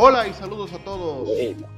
Hola y saludos a todos. Bueno,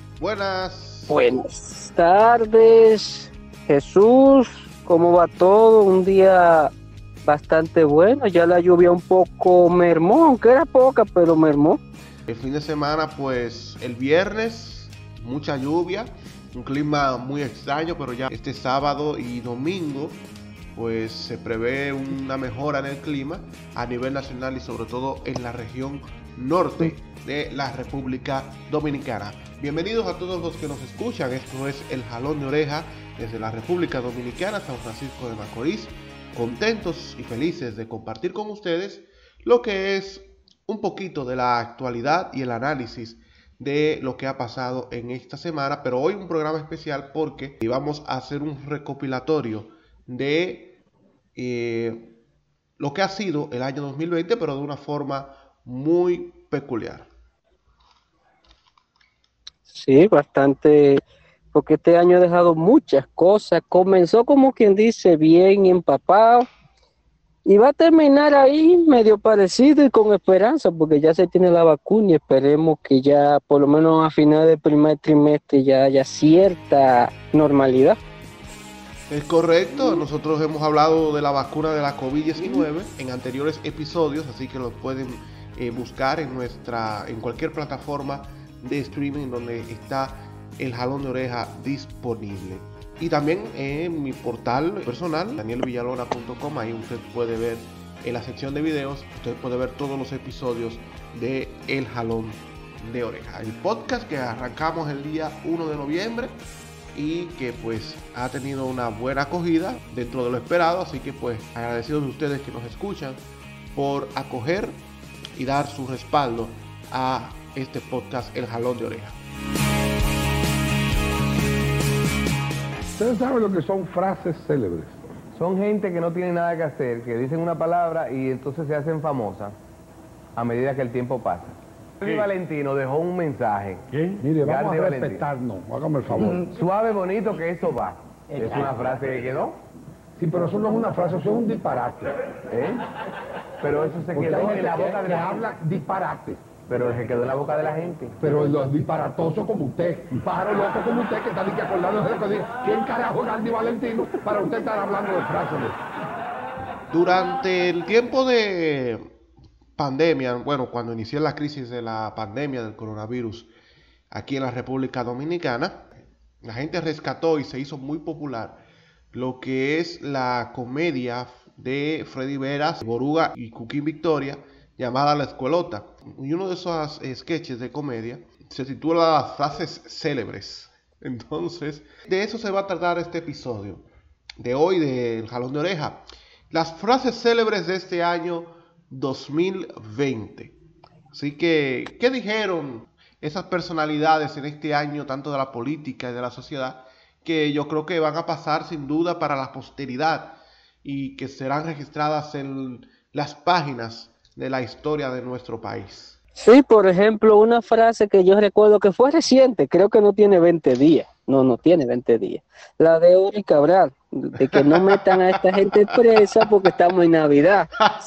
Buenas tardes, Jesús. ¿Cómo va todo? Un día bastante bueno. Ya la lluvia un poco mermó, aunque era poca, pero mermó. El fin de semana, pues el viernes, mucha lluvia, un clima muy extraño, pero ya este sábado y domingo, pues se prevé una mejora en el clima a nivel nacional y sobre todo en la región norte de la República Dominicana. Bienvenidos a todos los que nos escuchan. Esto es El Jalón de Oreja desde la República Dominicana, San Francisco de Macorís. Contentos y felices de compartir con ustedes lo que es un poquito de la actualidad y el análisis de lo que ha pasado en esta semana, pero hoy un programa especial porque vamos a hacer un recopilatorio de lo que ha sido el año 2020, pero de una forma muy peculiar. Sí, bastante, porque este año ha dejado muchas cosas. Comenzó como quien dice bien empapado y va a terminar ahí medio parecido y con esperanza, porque ya se tiene la vacuna y esperemos que ya por lo menos a final del primer trimestre ya haya cierta normalidad. Es correcto, nosotros hemos hablado de la vacuna de la COVID-19 en anteriores episodios, así que lo pueden buscar en cualquier plataforma de streaming donde está El Jalón de Oreja disponible. Y también en mi portal personal, danielvillalona.com, ahí usted puede ver en la sección de videos, usted puede ver todos los episodios de El Jalón de Oreja. El podcast que arrancamos el día 1 de noviembre y que pues ha tenido una buena acogida dentro de lo esperado, así que pues agradecidos de ustedes que nos escuchan por acoger y dar su respaldo a este podcast El Jalón de Oreja. Ustedes saben lo que son frases célebres. Son gente que no tiene nada que hacer, que dicen una palabra y entonces se hacen famosas a medida que el tiempo pasa. Gandhi Valentino dejó un mensaje. ¿Quién? Mire, vamos Gandhi a Valentino. respetarnos, hágame el favor. Suave, bonito, que eso va. Es una frase que quedó. Sí, pero eso no es una frase, eso es un disparate. ¿eh? Pero eso se Porque quedó hay en gente la boca que de la gente. habla disparate. Pero se quedó en la boca de la gente. Pero los disparatosos como usted, un pájaro loco como usted que está acordándose de cosas. ¿Quién carajo es Gandhi Valentino para usted estar hablando de frases? Durante el tiempo de pandemia, bueno, cuando inició la crisis de la pandemia del coronavirus aquí en la República Dominicana, la gente rescató y se hizo muy popular lo que es la comedia de Freddy Veras, Boruga y Cuquín Victoria, llamada La Escuelota. Y uno de esos sketches de comedia se titula Las frases célebres. Entonces, de eso se va a tratar este episodio de hoy del Jalón de Oreja. Las frases célebres de este año 2020. Así que, ¿qué dijeron esas personalidades en este año, tanto de la política y de la sociedad, que yo creo que van a pasar sin duda para la posteridad y que serán registradas en las páginas de la historia de nuestro país? Sí, por ejemplo, una frase que yo recuerdo que fue reciente, creo que no tiene 20 días. No tiene 20 días. La de Uri Cabral, de que no metan a esta gente presa porque estamos en Navidad.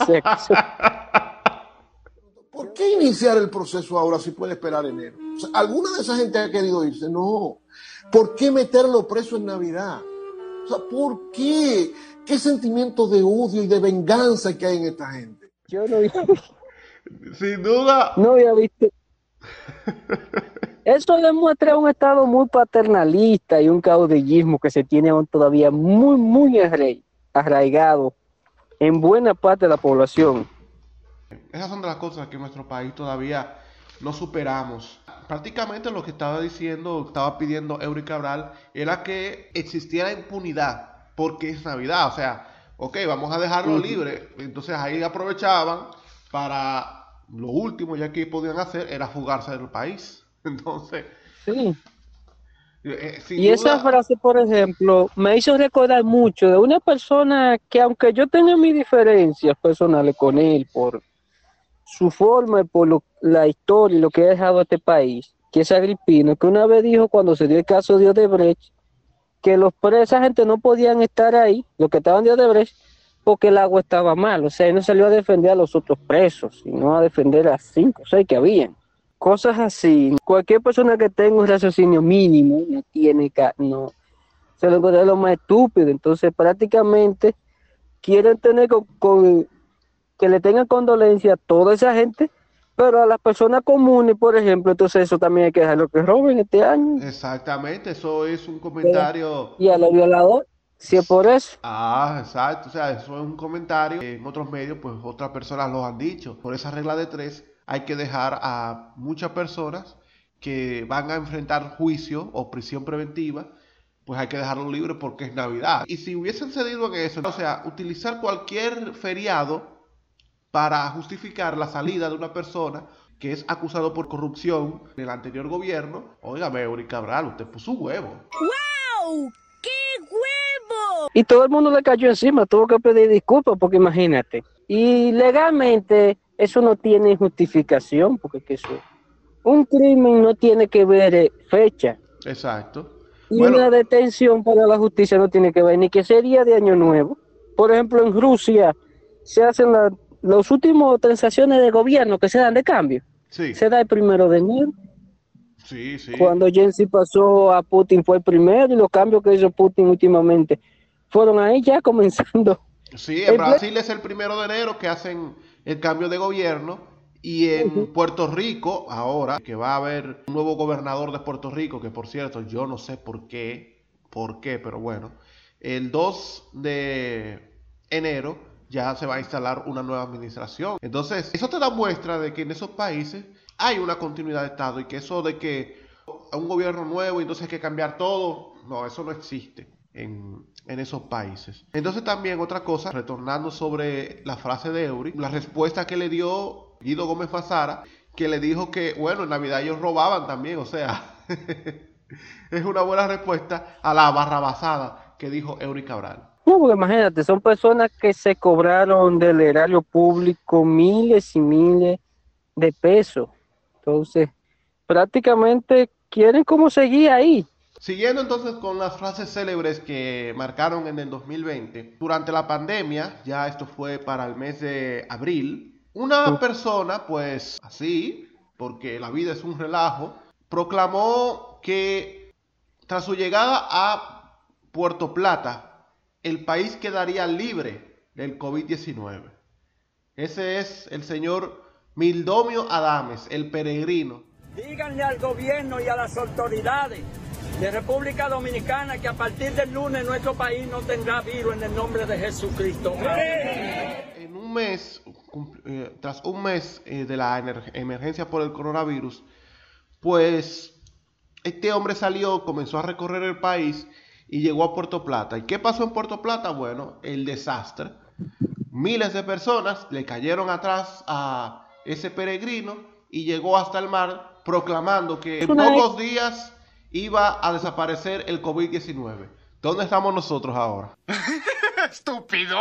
¿Por qué iniciar el proceso ahora si puede esperar enero? O sea, ¿alguna de esa gente ha querido irse? No. ¿Por qué meterlo preso en Navidad? O sea, ¿por qué? ¿Qué sentimiento de odio y de venganza que hay en esta gente? Yo no había, Sin duda. no había visto. Eso demuestra un estado muy paternalista y un caudillismo que se tiene aún todavía muy arraigado en buena parte de la población. Esas son de las cosas que en nuestro país todavía no superamos. Prácticamente lo que estaba pidiendo Eury Cabral era que existiera impunidad porque es Navidad. O sea, ok, vamos a dejarlo libre. Entonces ahí aprovechaban para lo último ya que podían hacer era fugarse del país. Entonces, Sí. sin Y esa duda, frase, por ejemplo, me hizo recordar mucho de una persona que, aunque yo tenga mis diferencias personales con él por su forma y por la historia y lo que ha dejado a este país, que es Agripino, que una vez dijo cuando se dio el caso de Odebrecht, que esa gente no podían estar ahí, los que estaban de Odebrecht, porque el agua estaba mal. O sea, él no salió a defender a los otros presos, sino a defender a 5 o 6 que habían. cosas así. Cualquier persona que tenga un raciocinio mínimo no tiene no se lo encuentra lo más estúpido. Entonces, prácticamente quieren tener que le tengan condolencia a toda esa gente, pero a las personas comunes, por ejemplo, entonces eso también hay que dejarlo que roben este año. Exactamente, eso es un comentario. Y a los violadores, si es por eso. Ah, exacto, o sea, eso es un comentario que en otros medios, pues otras personas lo han dicho. Por esa regla de tres, hay que dejar a muchas personas que van a enfrentar juicio o prisión preventiva, pues hay que dejarlos libres porque es Navidad. Y si hubiesen cedido en eso, o sea, utilizar cualquier feriado para justificar la salida de una persona que es acusado por corrupción en el anterior gobierno, óigame, Eury Cabral, usted puso un huevo. ¡Wow! ¡Qué huevo! Y todo el mundo le cayó encima, tuvo que pedir disculpas, porque imagínate. Y legalmente eso no tiene justificación, porque que eso, un crimen no tiene que ver fecha. Exacto. Y Bueno, una detención para la justicia no tiene que ver ni que sería de Año Nuevo. Por ejemplo, en Rusia se hacen los últimos transacciones de gobierno que se dan de cambio. sí, Se da el 1 de enero. sí, sí. Cuando Yeltsin pasó a Putin fue el primero y los cambios que hizo Putin últimamente fueron ahí ya comenzando. Sí, en Brasil es el 1 de enero que hacen el cambio de gobierno y en Puerto Rico, ahora que va a haber un nuevo gobernador de Puerto Rico, que por cierto, yo no sé por qué, pero bueno, el 2 de enero ya se va a instalar una nueva administración. Entonces, eso te da muestra de que en esos países hay una continuidad de Estado y que eso de que un gobierno nuevo y entonces hay que cambiar todo, no, eso no existe en esos países. Entonces también otra cosa, retornando sobre la frase de Eury, la respuesta que le dio Guido Gómez Mazara, que le dijo que, bueno, en Navidad ellos robaban también, o sea, es una buena respuesta a la barrabasada que dijo Eury Cabral. No, porque imagínate, son personas que se cobraron del erario público miles y miles de pesos. Entonces, prácticamente quieren como seguir ahí. Siguiendo entonces con las frases célebres que marcaron en el 2020, durante la pandemia, ya esto fue para el mes de abril, una persona, pues así, porque la vida es un relajo, proclamó que tras su llegada a Puerto Plata, el país quedaría libre del COVID-19. Ese es el señor Mildomio Adames, el peregrino. Díganle al gobierno y a las autoridades de República Dominicana que a partir del lunes nuestro país no tendrá virus en el nombre de Jesucristo. En un mes, tras un mes de la emergencia por el coronavirus, pues este hombre salió, comenzó a recorrer el país y llegó a Puerto Plata. ¿Y qué pasó en Puerto Plata? Bueno, el desastre. Miles de personas le cayeron atrás a ese peregrino y llegó hasta el mar proclamando que en pocos días iba a desaparecer el COVID-19. ¿Dónde estamos nosotros ahora? ¡Estúpido!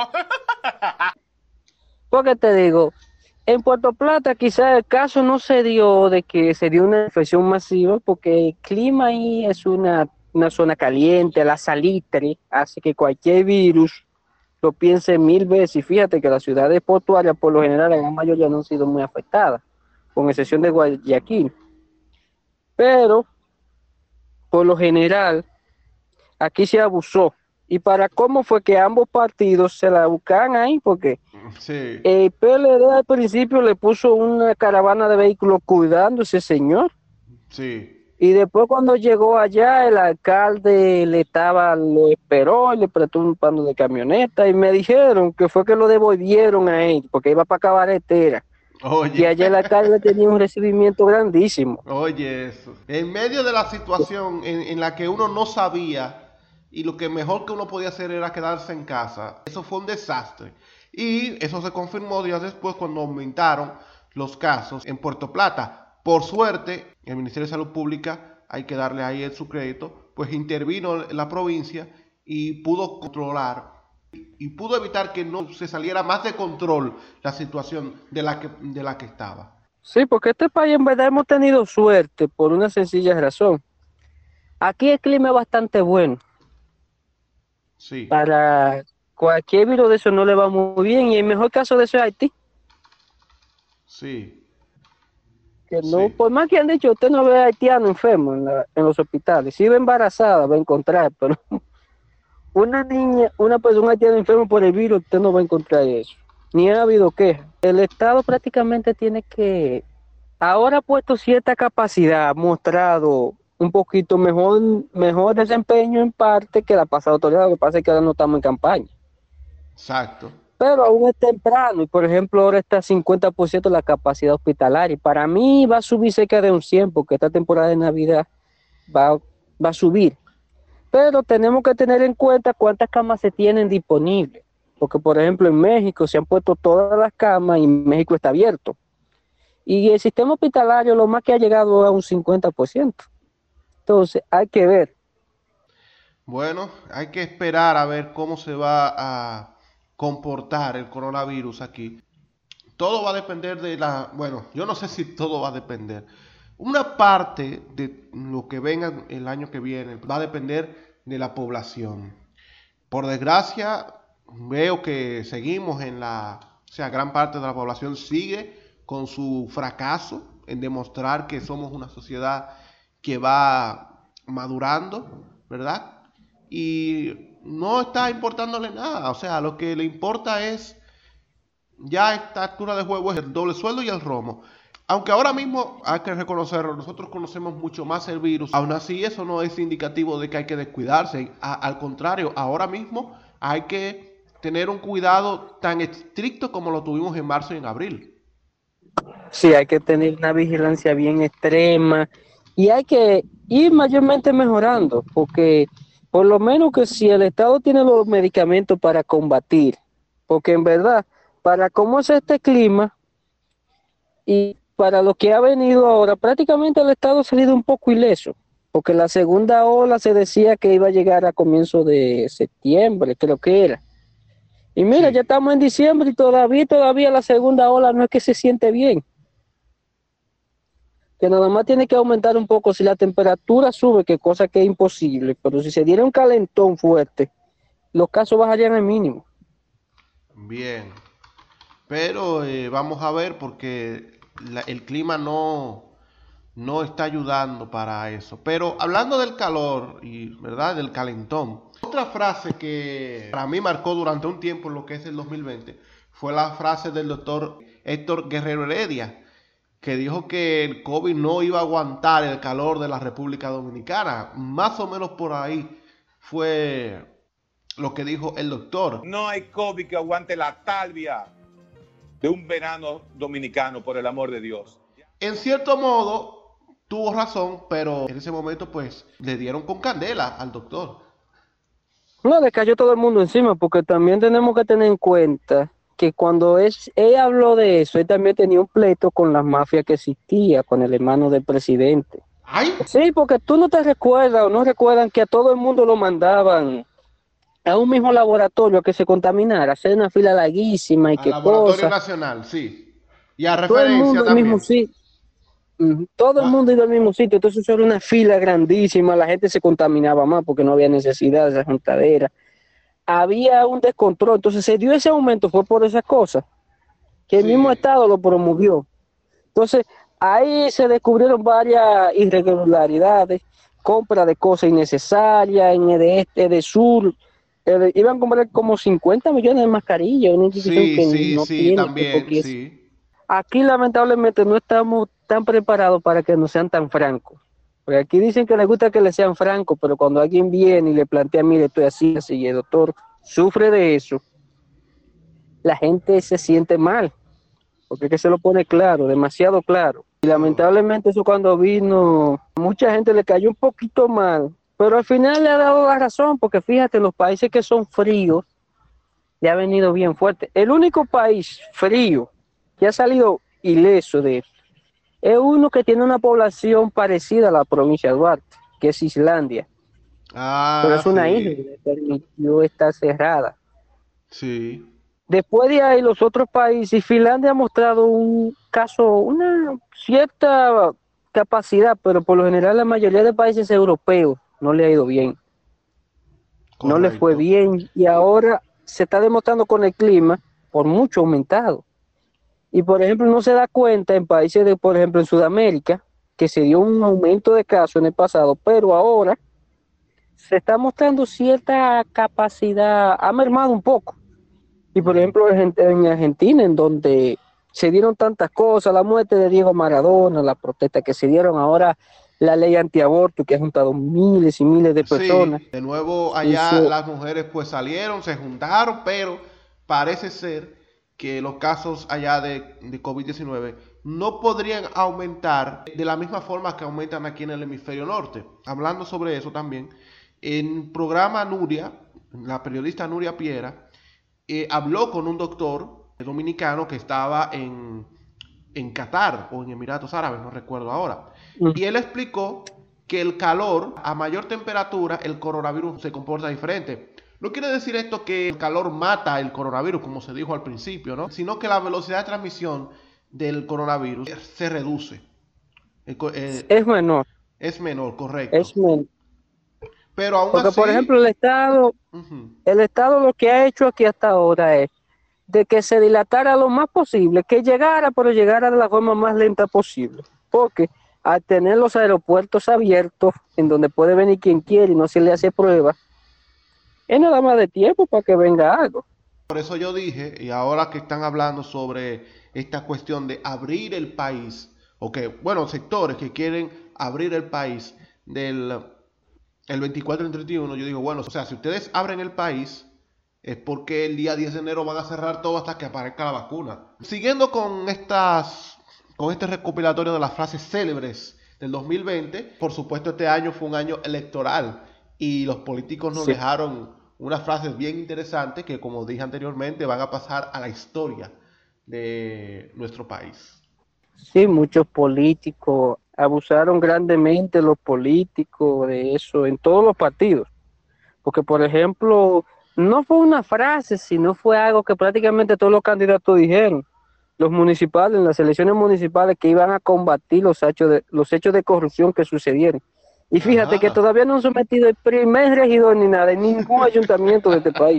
Porque te digo, en Puerto Plata quizás el caso no se dio de que se dio una infección masiva, porque el clima ahí es una zona caliente, la salitre hace que cualquier virus lo piense 1000 veces. Y fíjate que las ciudades portuarias, por lo general, la gran mayoría no han sido muy afectadas, con excepción de Guayaquil. Pero, por lo general, aquí se abusó. Y para cómo fue que ambos partidos se la buscaban ahí, porque Sí. el PLD al principio le puso una caravana de vehículos cuidando a ese señor. Sí. Y después cuando llegó allá, el alcalde lo esperó y le prestó un pano de camioneta y me dijeron que fue que lo devolvieron a él, porque iba para Cabaretera. Oye. Y allá el alcalde tenía un recibimiento grandísimo. Oye, eso. En medio de la situación en la que uno no sabía y lo que mejor que uno podía hacer era quedarse en casa, eso fue un desastre. Y eso se confirmó días después cuando aumentaron los casos en Puerto Plata. Por suerte, el Ministerio de Salud Pública, hay que darle ahí su crédito, pues intervino en la provincia y pudo controlar y pudo evitar que no se saliera más de control la situación de la que estaba. Sí, porque este país en verdad hemos tenido suerte por una sencilla razón. Aquí el clima es bastante bueno. Sí. Para cualquier virus de eso no le va muy bien, y el mejor caso de eso es Haití. Sí. Que no, Sí. por más que han dicho, usted no ve haitiano enfermo en los hospitales. Si ve embarazada, va a encontrar, pero una niña, una persona haitiana enferma por el virus, usted no va a encontrar eso. Ni ha habido queja. El Estado prácticamente tiene que, ahora ha puesto cierta capacidad, ha mostrado un poquito mejor desempeño en parte que la pasada autoridad. Lo que pasa es que ahora no estamos en campaña. Exacto. Pero aún es temprano y, por ejemplo, ahora está 50% la capacidad hospitalaria. Y para mí va a subir cerca de un 100 porque esta temporada de Navidad va a subir. Pero tenemos que tener en cuenta cuántas camas se tienen disponibles. Porque, por ejemplo, en México se han puesto todas las camas y México está abierto. Y el sistema hospitalario lo más que ha llegado a un 50%. Entonces, hay que ver. Bueno, hay que esperar a ver cómo se va a comportar el coronavirus aquí. Todo va a depender de bueno, yo no sé si todo va a depender. Una parte de lo que venga el año que viene va a depender de la población. Por desgracia, veo que seguimos o sea, gran parte de la población sigue con su fracaso en demostrar que somos una sociedad que va madurando, ¿verdad? Y no está importándole nada. O sea, lo que le importa es, ya a esta altura de juego, es el doble sueldo y el romo. Aunque ahora mismo hay que reconocerlo, nosotros conocemos mucho más el virus, aún así eso no es indicativo de que hay que descuidarse. Al contrario, ahora mismo hay que tener un cuidado tan estricto como lo tuvimos en marzo y en abril. Sí, hay que tener una vigilancia bien extrema y hay que ir mayormente mejorando, porque por lo menos que si el Estado tiene los medicamentos para combatir, porque en verdad, para cómo es este clima y para lo que ha venido ahora, prácticamente el Estado ha salido un poco ileso, porque la segunda ola se decía que iba a llegar a comienzos de septiembre, creo que era. Y mira, Sí. ya estamos en diciembre y todavía la segunda ola no es que se siente bien. Que nada más tiene que aumentar un poco si la temperatura sube, que cosa que es imposible, pero si se diera un calentón fuerte, los casos bajarían al mínimo. Bien. Pero vamos a ver porque el clima no está ayudando para eso. Pero hablando del calor y, ¿verdad?, del calentón, otra frase que para mí marcó durante un tiempo en lo que es el 2020 fue la frase del doctor Héctor Guerrero Heredia, que dijo que el COVID no iba a aguantar el calor de la República Dominicana. Más o menos por ahí fue lo que dijo el doctor. No hay COVID que aguante la talvia de un verano dominicano, por el amor de Dios. En cierto modo, tuvo razón, pero en ese momento pues le dieron con candela al doctor. No, le cayó todo el mundo encima, porque también tenemos que tener en cuenta que cuando él habló de eso, él también tenía un pleito con la mafia que existía, con el hermano del presidente. ¡Ay! Sí, porque tú no te recuerdas o no recuerdan que a todo el mundo lo mandaban a un mismo laboratorio a que se contaminara, hacer una fila larguísima y Al qué Laboratorio cosa. Nacional, sí. Y a Todo el referencia mundo al también. mismo sitio. Todo el mundo iba al mismo sitio, entonces eso era una fila grandísima, la gente se contaminaba más porque no había necesidad de esa juntadera. Había un descontrol, entonces se dio ese aumento, fue por esas cosas, que el Sí. mismo Estado lo promovió. Entonces, ahí se descubrieron varias irregularidades, compra de cosas innecesarias en EDESUR. Iban a comprar como 50 millones de mascarillas, una institución Sí, que sí, no sí, tiene, también, porque sí. aquí lamentablemente no estamos tan preparados para que no sean tan francos. Porque aquí dicen que les gusta que les sean francos, pero cuando alguien viene y le plantea, mire, estoy así, así, y el doctor sufre de eso, la gente se siente mal, porque es que se lo pone claro, demasiado claro. Y lamentablemente eso cuando vino, mucha gente le cayó un poquito mal, pero al final le ha dado la razón, porque fíjate, los países que son fríos, le ha venido bien fuerte. El único país frío que ha salido ileso de eso es uno que tiene una población parecida a la provincia de Duarte, que es Islandia. Pero Ah, es una isla sí. que le permitió estar cerrada. Sí. Después de ahí, los otros países, Finlandia ha mostrado un caso, una cierta capacidad, pero por lo general la mayoría de países europeos no le ha ido bien. No le fue Correcto. bien y ahora se está demostrando con el clima por mucho aumentado. Y por ejemplo, no se da cuenta en países de, por ejemplo, en Sudamérica, que se dio un aumento de casos en el pasado, pero ahora se está mostrando cierta capacidad, ha mermado un poco. Y por ejemplo, en Argentina, en donde se dieron tantas cosas, la muerte de Diego Maradona, la protesta que se dieron ahora, la ley antiaborto que ha juntado miles y miles de personas. Sí, de nuevo allá las mujeres pues salieron, se juntaron, pero parece ser que los casos allá de COVID-19 no podrían aumentar de la misma forma que aumentan aquí en el hemisferio norte. Hablando sobre eso también, en programa Nuria, la periodista Nuria Piera, habló con un doctor dominicano que estaba en Qatar o en Emiratos Árabes, no recuerdo ahora. Y él explicó que el calor, a mayor temperatura, el coronavirus se comporta diferente. No quiere decir esto que el calor mata el coronavirus, como se dijo al principio, ¿no? Sino que la velocidad de transmisión del coronavirus se reduce. Es menor. Es menor, correcto. Es menor. Pero aún porque, así, por ejemplo, el Estado lo que ha hecho aquí hasta ahora es de que se dilatara lo más posible, que llegara, pero llegara de la forma más lenta posible. Porque al tener los aeropuertos abiertos, en donde puede venir quien quiere y no se le hace prueba, es nada más de tiempo para que venga algo. Por eso yo dije, y ahora que están hablando sobre esta cuestión de abrir el país, o que, bueno, sectores que quieren abrir el país del el 24 y el 31, yo digo, bueno, o sea, si ustedes abren el país, es porque el día 10 de enero van a cerrar todo hasta que aparezca la vacuna. Siguiendo con este recopilatorio de las frases célebres del 2020, por supuesto este año fue un año electoral y los políticos nos dejaron unas frases bien interesantes que, como dije anteriormente, van a pasar a la historia de nuestro país. Sí, muchos políticos abusaron grandemente, los políticos, de eso en todos los partidos. Porque, por ejemplo, no fue una frase, sino fue algo que prácticamente todos los candidatos dijeron. Los municipales, en las elecciones municipales, que iban a combatir los hechos de corrupción que sucedieron. Y fíjate que todavía no han sometido el primer regidor ni nada en ningún ayuntamiento de este país.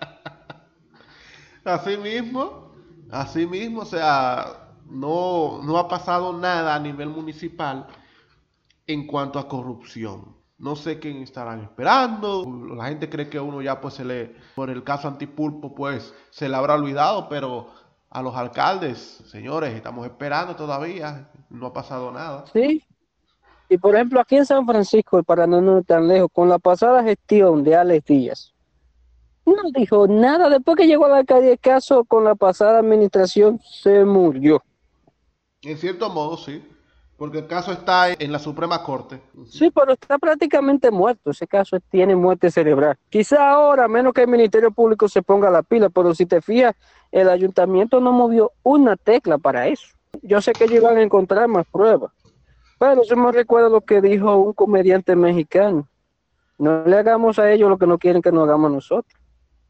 Así mismo, o sea, no ha pasado nada a nivel municipal en cuanto a corrupción. No sé quién estarán esperando. La gente cree que uno ya pues por el caso Antipulpo pues se le habrá olvidado, pero a los alcaldes, señores, estamos esperando todavía, no ha pasado nada. Sí. Y por ejemplo, aquí en San Francisco, para no ir tan lejos, con la pasada gestión de Alex Díaz, no dijo nada. Después que llegó a la alcaldía, el caso con la pasada administración se murió. En cierto modo, sí, porque el caso está en la Suprema Corte. Sí, pero está prácticamente muerto. Ese caso tiene muerte cerebral. Quizá ahora, menos que el Ministerio Público se ponga la pila, pero si te fijas, el ayuntamiento no movió una tecla para eso. Yo sé que ellos iban a encontrar más pruebas. Pero yo me recuerdo lo que dijo un comediante mexicano. No le hagamos a ellos lo que no quieren que nos hagamos nosotros.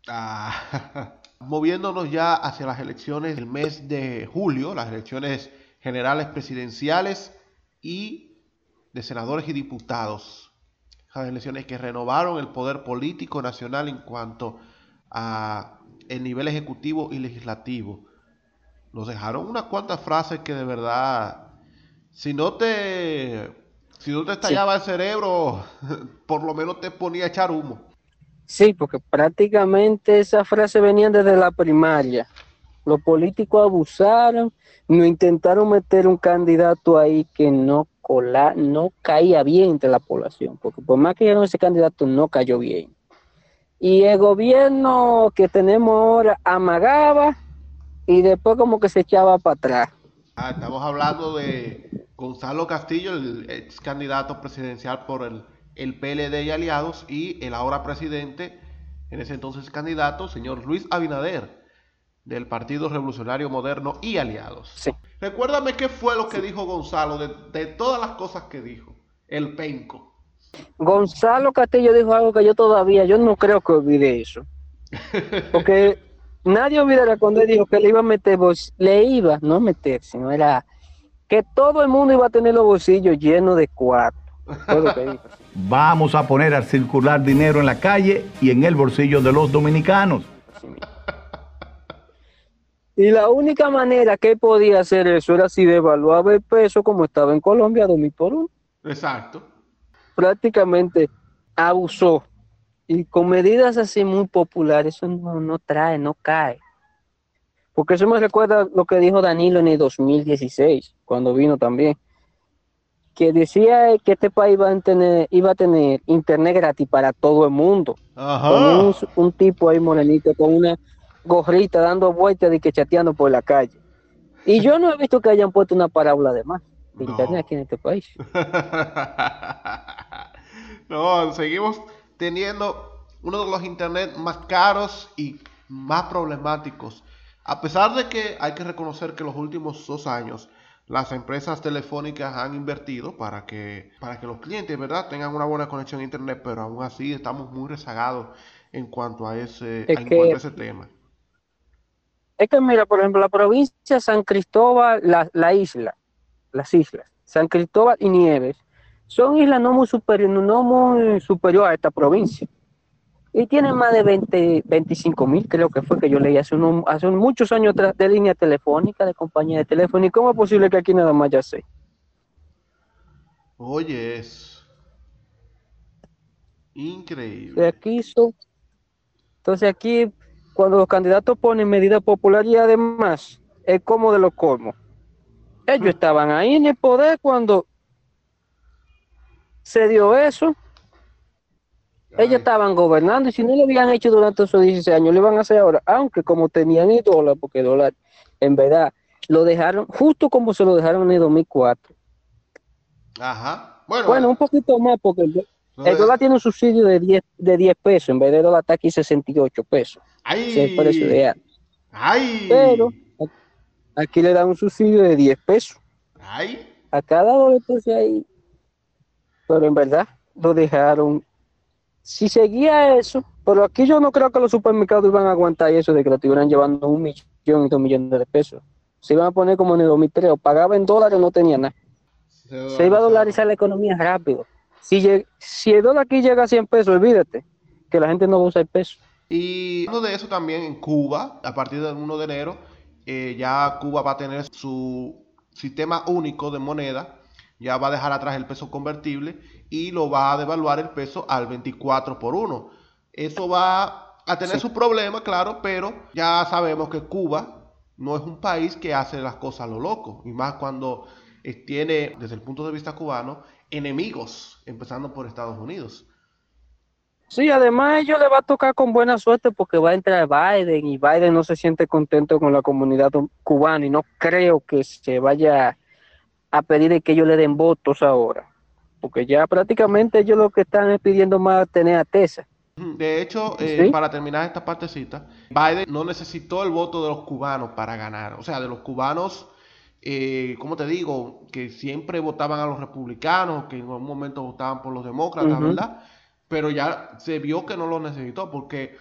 Moviéndonos ya hacia las elecciones del mes de julio, las elecciones generales presidenciales y de senadores y diputados. Esas elecciones que renovaron el poder político nacional en cuanto a el nivel ejecutivo y legislativo. Nos dejaron unas cuantas frases que de verdad... Si no te estallaba el cerebro, por lo menos te ponía a echar humo. Sí, porque prácticamente esas frases venían desde la primaria. Los políticos abusaron, no intentaron meter un candidato ahí que no caía bien entre la población, porque por más que ese candidato no cayó bien. Y el gobierno que tenemos ahora amagaba y después como que se echaba para atrás. Estamos hablando de Gonzalo Castillo, el ex candidato presidencial por el PLD y aliados, y el ahora presidente, en ese entonces candidato, señor Luis Abinader, del Partido Revolucionario Moderno y aliados. Sí. Recuérdame qué fue lo que dijo Gonzalo, de todas las cosas que dijo, el penco. Gonzalo Castillo dijo algo que yo no creo que olvide eso. Porque... nadie olvidará cuando él dijo que le iba a meter, no a meter, sino era que todo el mundo iba a tener los bolsillos llenos de cuartos. Vamos a poner a circular dinero en la calle y en el bolsillo de los dominicanos. Y la única manera que él podía hacer eso era si devaluaba el peso como estaba en Colombia, 2.000 por uno. Exacto. Prácticamente abusó. Y con medidas así muy populares, eso no trae, no cae. Porque eso me recuerda lo que dijo Danilo en el 2016, cuando vino también, que decía que este país iba a tener internet gratis para todo el mundo. Ponía Ajá. un tipo ahí morenito con una gorrita dando vueltas de que chateando por la calle. Y yo no he visto que hayan puesto una parábola de más de internet aquí en este país. No, seguimos teniendo uno de los internet más caros y más problemáticos. A pesar de que hay que reconocer que los últimos 2 años las empresas telefónicas han invertido para que los clientes, ¿verdad?, tengan una buena conexión a internet, pero aún así estamos muy rezagados en cuanto a ese tema. Es que mira, por ejemplo, la provincia San Cristóbal, las islas, San Cristóbal y Nieves, son islas no muy superior a esta provincia. Y tienen más de 25.000, creo que fue que yo leí hace muchos años atrás, de línea telefónica, de compañía de teléfono. ¿Y cómo es posible que aquí nada más ya sé? Oye, es increíble. Entonces aquí, cuando los candidatos ponen medidas populares y además, es como de los colmos. Ellos estaban ahí en el poder cuando se dio eso. Ellos estaban gobernando y si no lo habían hecho durante esos 16 años, lo iban a hacer ahora, aunque como tenían el dólar, porque el dólar en verdad lo dejaron justo como se lo dejaron en el 2004. Ajá. Bueno, un poquito más porque el dólar tiene un subsidio de 10 pesos, en vez de dólar está aquí 68 pesos. ¡Ay! Ese es el precio de antes. ¡Ay! Pero aquí le dan un subsidio de 10 pesos. ¡Ay! A cada dólar entonces ahí. Pero en verdad lo dejaron. Si seguía eso, pero aquí yo no creo que los supermercados iban a aguantar eso de que lo estuvieran llevando 1 millón y 2 millones de pesos. Se iban a poner como en el 2003, o pagaba en dólares o no tenía nada. Se iba a dolarizar la economía rápido. Si el dólar aquí llega a 100 pesos, olvídate que la gente no va a usar el peso. Y hablando de eso también en Cuba, a partir del 1 de enero, ya Cuba va a tener su sistema único de moneda. Ya va a dejar atrás el peso convertible y lo va a devaluar el peso al 24 por 1. Eso va a tener su problema, claro, pero ya sabemos que Cuba no es un país que hace las cosas a lo loco. Y más cuando tiene, desde el punto de vista cubano, enemigos, empezando por Estados Unidos. Sí, además a ellos le va a tocar con buena suerte porque va a entrar Biden y Biden no se siente contento con la comunidad cubana y no creo que se vaya a pedir de que ellos le den votos ahora, porque ya prácticamente ellos lo que están es pidiendo más tener a Tesa. De hecho, para terminar esta partecita, Biden no necesitó el voto de los cubanos para ganar, o sea, de los cubanos, ¿cómo te digo? Que siempre votaban a los republicanos, que en algún momento votaban por los demócratas, ¿verdad? Pero ya se vio que no lo necesitó, porque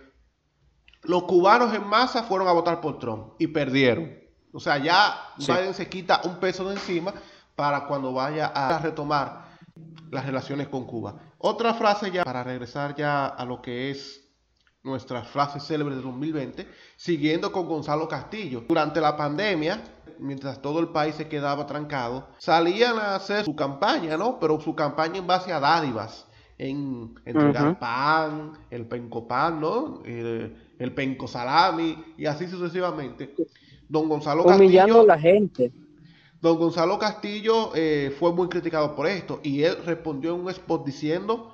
los cubanos en masa fueron a votar por Trump y perdieron. O sea, ya Biden se quita un peso de encima para cuando vaya a retomar las relaciones con Cuba. Otra frase ya, para regresar ya a lo que es nuestras frases célebres de 2020, siguiendo con Gonzalo Castillo. Durante la pandemia, mientras todo el país se quedaba trancado, salían a hacer su campaña, ¿no? Pero su campaña en base a dádivas, en entregar pan, el penco pan, ¿no? El penco salami y así sucesivamente. Don Gonzalo Castillo, humillando a la gente. Don Gonzalo Castillo fue muy criticado por esto y él respondió en un spot diciendo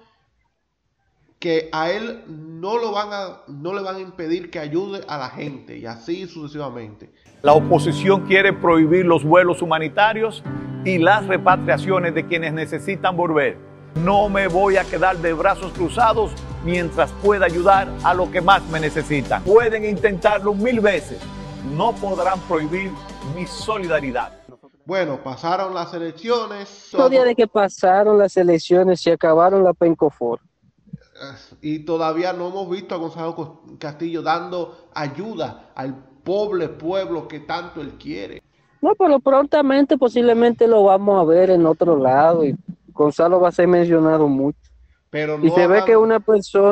que a él no le van a impedir que ayude a la gente y así sucesivamente. La oposición quiere prohibir los vuelos humanitarios y las repatriaciones de quienes necesitan volver. No me voy a quedar de brazos cruzados mientras pueda ayudar a los que más me necesitan. Pueden intentarlo 1000 veces. No podrán prohibir mi solidaridad. Bueno, pasaron las elecciones. No día de que pasaron las elecciones se acabaron la Pencofor. Y todavía no hemos visto a Gonzalo Castillo dando ayuda al pobre pueblo que tanto él quiere. No, pero prontamente posiblemente lo vamos a ver en otro lado y Gonzalo va a ser mencionado mucho. Pero no y se ve que es una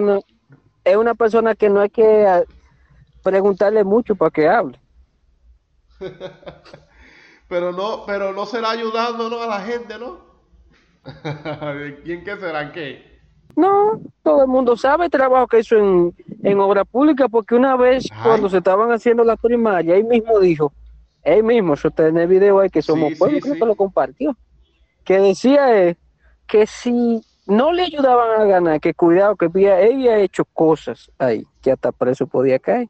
persona que no hay que preguntarle mucho para que hable. Pero no será ayudándonos a la gente, ¿no? ¿Quién qué será? ¿Qué? No, todo el mundo sabe el trabajo que hizo en obra pública, porque una vez cuando se estaban haciendo la primaria, él mismo dijo, eso está en el video ahí, que somos pueblo, creo que lo compartió, que decía que si no le ayudaban a ganar, que cuidado, que él había hecho cosas ahí, que hasta preso podía caer.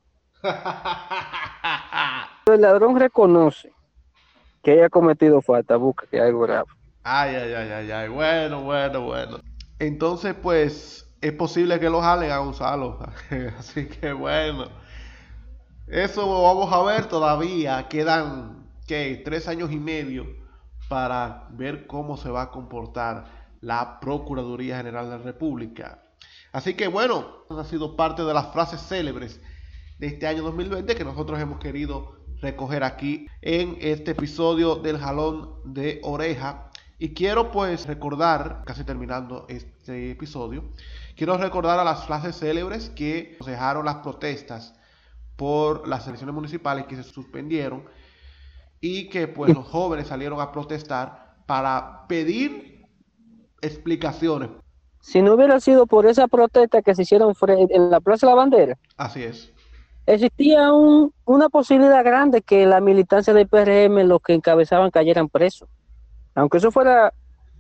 El ladrón reconoce que haya cometido falta, busca que hay algo grave. Ay, bueno. Entonces, pues, es posible que lo jalen a Gonzalo. Así que bueno. Eso lo vamos a ver todavía. Quedan, ¿qué? 3 años y medio para ver cómo se va a comportar la Procuraduría General de la República. Así que bueno, ha sido parte de las frases célebres de este año 2020 que nosotros hemos querido recoger aquí en este episodio del Jalón de Oreja. Y quiero pues recordar, casi terminando este episodio, quiero recordar a las frases célebres que nos dejaron las protestas por las elecciones municipales que se suspendieron y que pues los jóvenes salieron a protestar para pedir explicaciones. Si no hubiera sido por esa protesta que se hicieron en la Plaza de la Bandera, así es, existía una posibilidad grande que la militancia del PRM, los que encabezaban, cayeran presos. Aunque eso fueran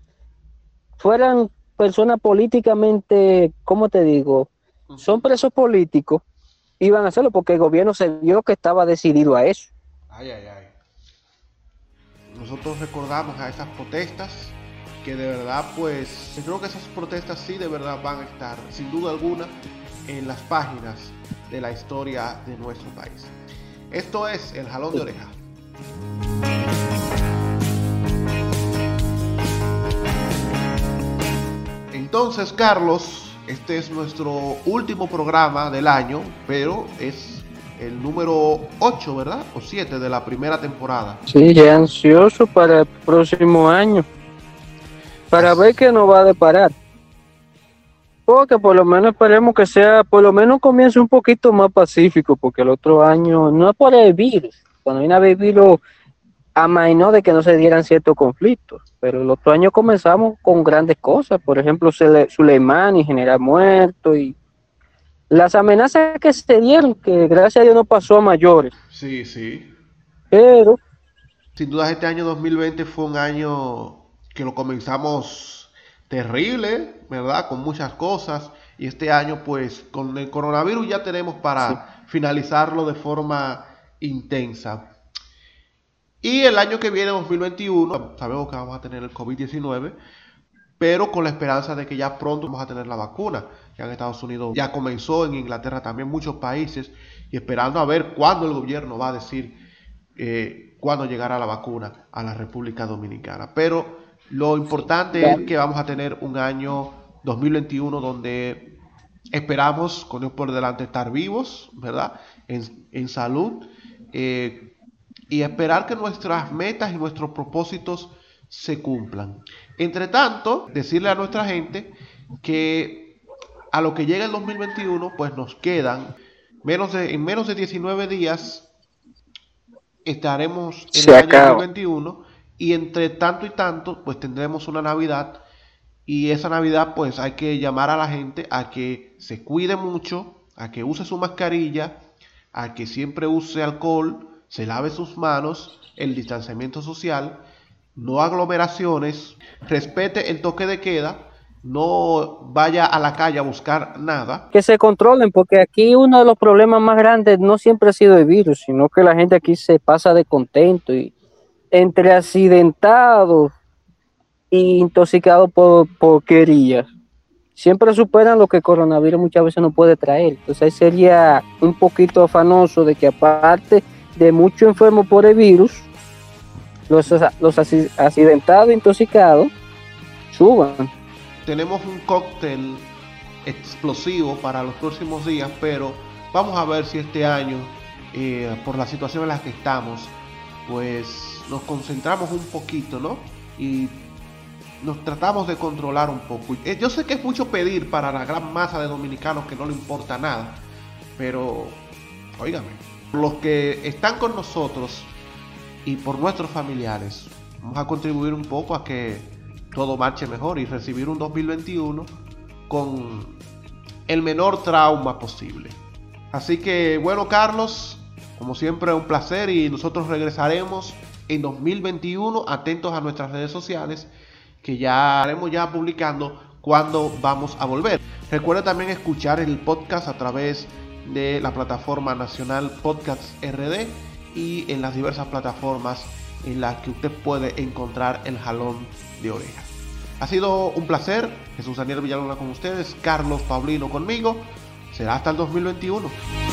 personas políticamente, ¿cómo te digo? Son presos políticos, iban a hacerlo porque el gobierno se vio que estaba decidido a eso. Ay. Nosotros recordamos a esas protestas que de verdad, pues, yo creo que esas protestas sí de verdad van a estar, sin duda alguna, en las páginas de la historia de nuestro país. Esto es el Jalón de Oreja. Entonces, Carlos, este es nuestro último programa del año, pero es el número 8, ¿verdad? O 7 de la primera temporada. Sí, ya ansioso para el próximo año, para ver qué nos va a deparar. Porque por lo menos esperemos que sea, por lo menos comience un poquito más pacífico, porque el otro año, no es por el virus, cuando viene a ver el virus, amainó de que no se dieran ciertos conflictos, pero el otro año comenzamos con grandes cosas, por ejemplo, Soleimani, general muerto, y las amenazas que se dieron, que gracias a Dios no pasó a mayores. Sí. Pero sin duda este año 2020 fue un año que lo comenzamos terrible, ¿verdad? Con muchas cosas, y este año pues con el coronavirus ya tenemos para finalizarlo de forma intensa. Y el año que viene, 2021, sabemos que vamos a tener el COVID-19, pero con la esperanza de que ya pronto vamos a tener la vacuna. Ya en Estados Unidos ya comenzó, en Inglaterra también, muchos países, y esperando a ver cuándo el gobierno va a decir cuándo llegará la vacuna a la República Dominicana. Pero lo importante es que vamos a tener un año 2021 donde esperamos, con Dios por delante, estar vivos, ¿verdad? En salud, y esperar que nuestras metas y nuestros propósitos se cumplan. Entre tanto, decirle a nuestra gente que a lo que llega el 2021, pues nos quedan en menos de 19 días estaremos en el año 2021, y entre tanto y tanto, pues tendremos una Navidad, y esa Navidad pues hay que llamar a la gente a que se cuide mucho, a que use su mascarilla, a que siempre use alcohol, se lave sus manos, el distanciamiento social, no aglomeraciones, respete el toque de queda, no vaya a la calle a buscar nada. Que se controlen, porque aquí uno de los problemas más grandes no siempre ha sido el virus, sino que la gente aquí se pasa de contento, y entre accidentados e intoxicados por porquerías, siempre superan lo que el coronavirus muchas veces no puede traer. Entonces ahí sería un poquito afanoso de que, aparte de muchos enfermos por el virus, los accidentados e intoxicados suban. Tenemos un cóctel explosivo para los próximos días, pero vamos a ver si este año, por la situación en la que estamos, pues nos concentramos un poquito, ¿no? Y nos tratamos de controlar un poco. Yo sé que es mucho pedir para la gran masa de dominicanos que no le importa nada, pero, óigame, los que están con nosotros y por nuestros familiares. Vamos a contribuir un poco a que todo marche mejor y recibir un 2021 con el menor trauma posible. Así que bueno, Carlos, como siempre un placer, y nosotros regresaremos en 2021, atentos a nuestras redes sociales, que ya estaremos publicando cuando vamos a volver. Recuerda también escuchar el podcast a través de la plataforma nacional Podcasts RD y en las diversas plataformas en las que usted puede encontrar el jalón de oreja. Ha sido un placer. Jesús Daniel Villalona con ustedes, Carlos Paulino conmigo. Será hasta el 2021.